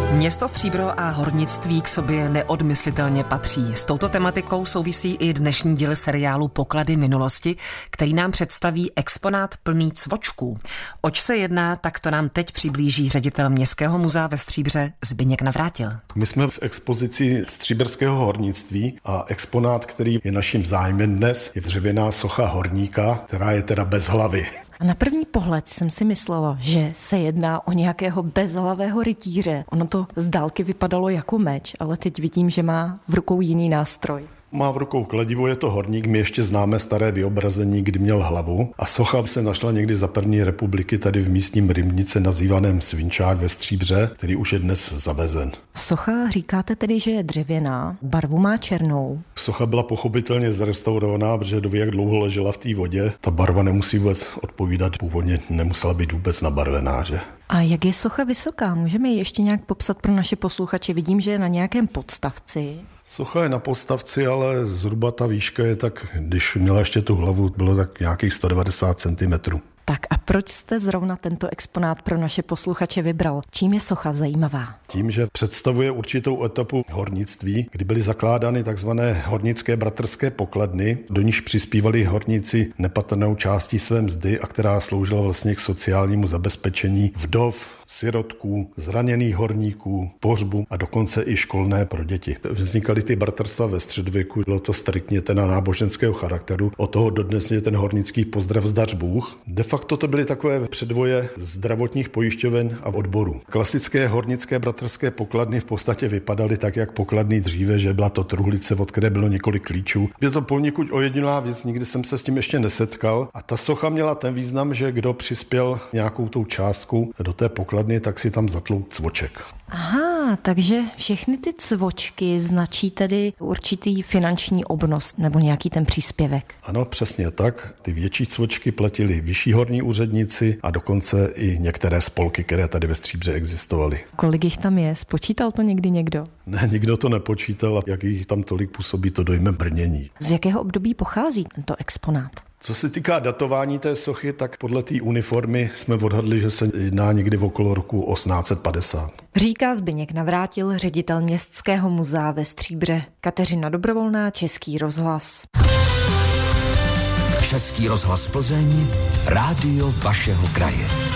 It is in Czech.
Město Stříbro a hornictví k sobě neodmyslitelně patří. S touto tematikou souvisí i dnešní díl seriálu Poklady minulosti, který nám představí exponát plný cvočků. Oč se jedná, tak to nám teď přiblíží ředitel Městského muzea ve Stříbře Zbyněk Navrátil. My jsme v expozici stříbrského hornictví a exponát, který je naším zájmem dnes, je dřevěná socha horníka, která je teda bez hlavy. A na první pohled jsem si myslela, že se jedná o nějakého bezhlavého rytíře. Ono to z dálky vypadalo jako meč, ale teď vidím, že má v rukou jiný nástroj. Má v rukou kladivo, je to horník, my ještě známe staré vyobrazení, kdy měl hlavu. A socha se našla někdy za první republiky tady v místním rybníce nazývaném Svinčák ve Stříbře, který už je dnes zavezen. Socha říkáte tedy, že je dřevěná, barvu má černou. Socha byla pochopitelně zrestaurovaná, protože doví, jak dlouho ležela v té vodě. Ta barva nemusí vůbec odpovídat, původně nemusela být vůbec nabarvená, že? A jak je socha vysoká? Můžeme ji ještě nějak popsat pro naše posluchače? Vidím, že je na nějakém podstavci. Socha je na podstavci, ale zhruba ta výška je tak, když měla ještě tu hlavu, bylo tak nějakých 190 cm. Tak a proč jste zrovna tento exponát pro naše posluchače vybral? Čím je socha zajímavá? Tím, že představuje určitou etapu hornictví, kdy byly zakládány takzvané hornické bratrské pokladny, do níž přispívali horníci nepatrnou částí své mzdy a která sloužila vlastně k sociálnímu zabezpečení vdov, sirotků, zraněných horníků, pohřbu a dokonce i školné pro děti. Vznikaly ty bratrstva ve středověku, bylo to striktně teda náboženského charakteru, od toho dodnes je ten hornický pozdrav zdař Bůh. De facto to byly takové předvoje zdravotních pojišťoven a odborů. Klasické hornické bratrské pokladny v podstatě vypadaly tak, jak pokladny dříve, že byla to truhlice, od které bylo několik klíčů. Je to poněkud ojedinělá věc, nikdy jsem se s tím ještě nesetkal a ta socha měla ten význam, že kdo přispěl nějakou tou částkou do té pokladny, tak si tam zatlouk cvoček. Aha, takže všechny ty cvočky značí tedy určitý finanční obnos nebo nějaký ten příspěvek. Ano, přesně tak. Ty větší cvočky platili vyšší horní úředníci a dokonce i některé spolky, které tady ve Stříbře existovaly. Kolik jich tam je? Spočítal to někdy někdo? Ne, nikdo to nepočítal a jak jich tam tolik působí, to dojme brnění. Z jakého období pochází tento exponát? Co se týká datování té sochy, tak podle té uniformy jsme odhadli, že se jedná někdy okolo roku 1850. Říká Zbyněk Navrátil, ředitel Městského muzea ve Stříbře. Kateřina Dobrovolná, Český rozhlas. Český rozhlas Plzeň, rádio vašeho kraje.